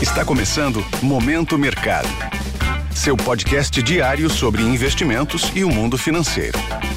Está começando Momento Mercado, seu podcast diário sobre investimentos e o mundo financeiro.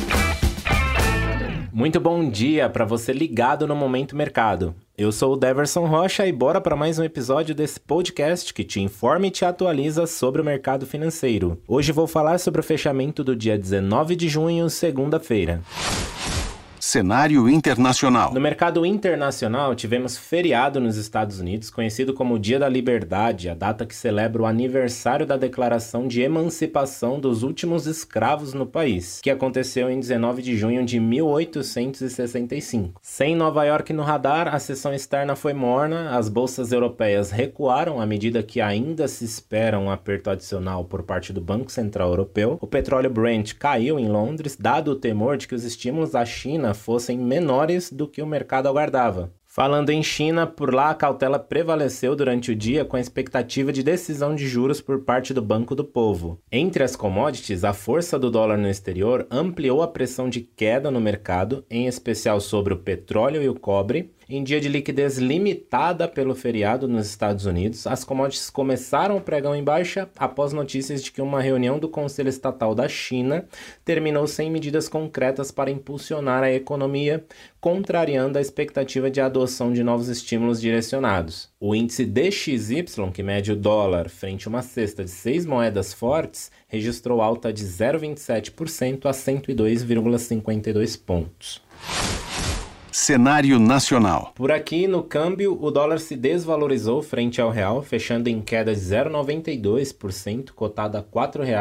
Muito bom dia para você ligado no Momento Mercado. Eu sou o Deverson Rocha e bora para mais um episódio desse podcast que te informa e te atualiza sobre o mercado financeiro. Hoje vou falar sobre o fechamento do dia 19 de junho, segunda-feira. Cenário internacional. No mercado internacional, tivemos feriado nos Estados Unidos, conhecido como Dia da Liberdade, a data que celebra o aniversário da Declaração de Emancipação dos últimos escravos no país, que aconteceu em 19 de junho de 1865. Sem Nova York no radar, a sessão externa foi morna, as bolsas europeias recuaram à medida que ainda se espera um aperto adicional por parte do Banco Central Europeu. O petróleo Brent caiu em Londres, dado o temor de que os estímulos da China fossem menores do que o mercado aguardava. Falando em China, por lá a cautela prevaleceu durante o dia com a expectativa de decisão de juros por parte do Banco do Povo. Entre as commodities, a força do dólar no exterior ampliou a pressão de queda no mercado, em especial sobre o petróleo e o cobre. Em dia de liquidez limitada pelo feriado nos Estados Unidos, as commodities começaram o pregão em baixa após notícias de que uma reunião do Conselho Estatal da China terminou sem medidas concretas para impulsionar a economia, contrariando a expectativa de adoção de novos estímulos direcionados. O índice DXY, que mede o dólar frente a uma cesta de 6 moedas fortes, registrou alta de 0,27% a 102,52 pontos. Cenário nacional. Por aqui, no câmbio, o dólar se desvalorizou frente ao real, fechando em queda de 0,92%, cotado a R$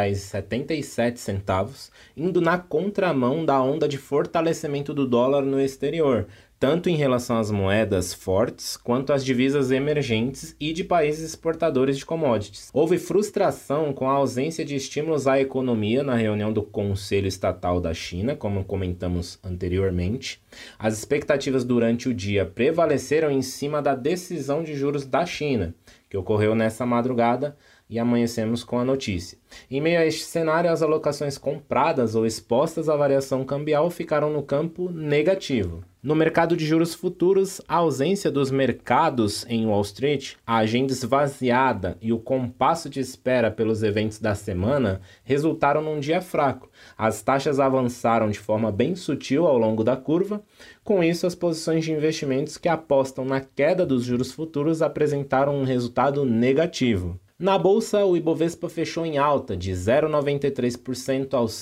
4,77, indo na contramão da onda de fortalecimento do dólar no exterior, tanto em relação às moedas fortes, quanto às divisas emergentes e de países exportadores de commodities. Houve frustração com a ausência de estímulos à economia na reunião do Conselho Estatal da China, como comentamos anteriormente. As expectativas durante o dia prevaleceram em cima da decisão de juros da China, que ocorreu nessa madrugada, e amanhecemos com a notícia. Em meio a este cenário, as alocações compradas ou expostas à variação cambial ficaram no campo negativo. No mercado de juros futuros, a ausência dos mercados em Wall Street, a agenda esvaziada e o compasso de espera pelos eventos da semana resultaram num dia fraco. As taxas avançaram de forma bem sutil ao longo da curva. Com isso, as posições de investimentos que apostam na queda dos juros futuros apresentaram um resultado negativo. Na bolsa, o Ibovespa fechou em alta de 0,93% aos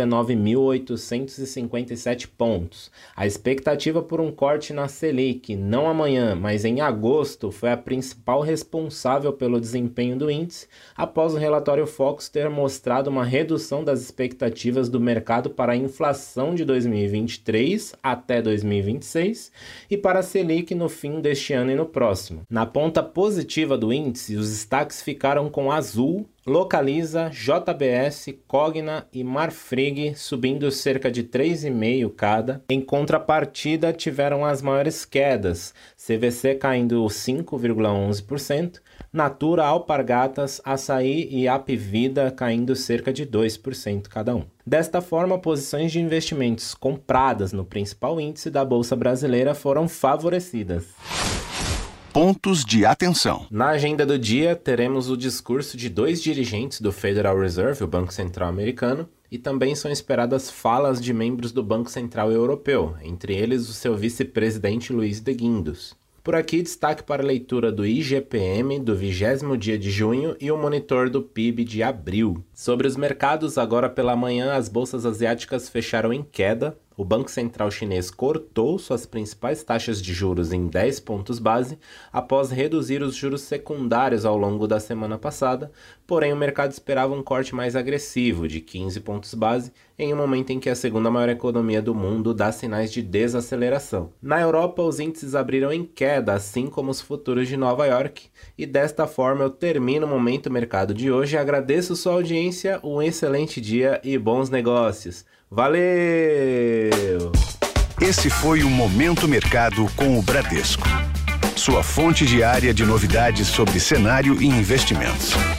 119.857 pontos. A expectativa por um corte na Selic, não amanhã, mas em agosto, foi a principal responsável pelo desempenho do índice, após o relatório Focus ter mostrado uma redução das expectativas do mercado para a inflação de 2023 até 2026 e para a Selic no fim deste ano e no próximo. Na ponta positiva do índice, os destaques ficaram com Azul, Localiza, JBS, Cogna e Marfrig subindo cerca de 3,5% cada. Em contrapartida, tiveram as maiores quedas, CVC caindo 5,11%, Natura, Alpargatas, Açaí e Apvida caindo cerca de 2% cada um. Desta forma, posições de investimentos compradas no principal índice da Bolsa Brasileira foram favorecidas. Pontos de atenção. Na agenda do dia, teremos o discurso de 2 dirigentes do Federal Reserve, o Banco Central Americano, e também são esperadas falas de membros do Banco Central Europeu, entre eles o seu vice-presidente Luiz de Guindos. Por aqui, destaque para a leitura do IGPM do 20º dia de junho e o monitor do PIB de abril. Sobre os mercados, agora pela manhã, as bolsas asiáticas fecharam em queda. O Banco Central chinês cortou suas principais taxas de juros em 10 pontos base após reduzir os juros secundários ao longo da semana passada, porém o mercado esperava um corte mais agressivo de 15 pontos base em um momento em que a segunda maior economia do mundo dá sinais de desaceleração. Na Europa, os índices abriram em queda, assim como os futuros de Nova York, e desta forma eu termino o Momento Mercado de hoje. Agradeço sua audiência, um excelente dia e bons negócios. Valeu! Esse foi o Momento Mercado com o Bradesco, sua fonte diária de novidades sobre cenário e investimentos.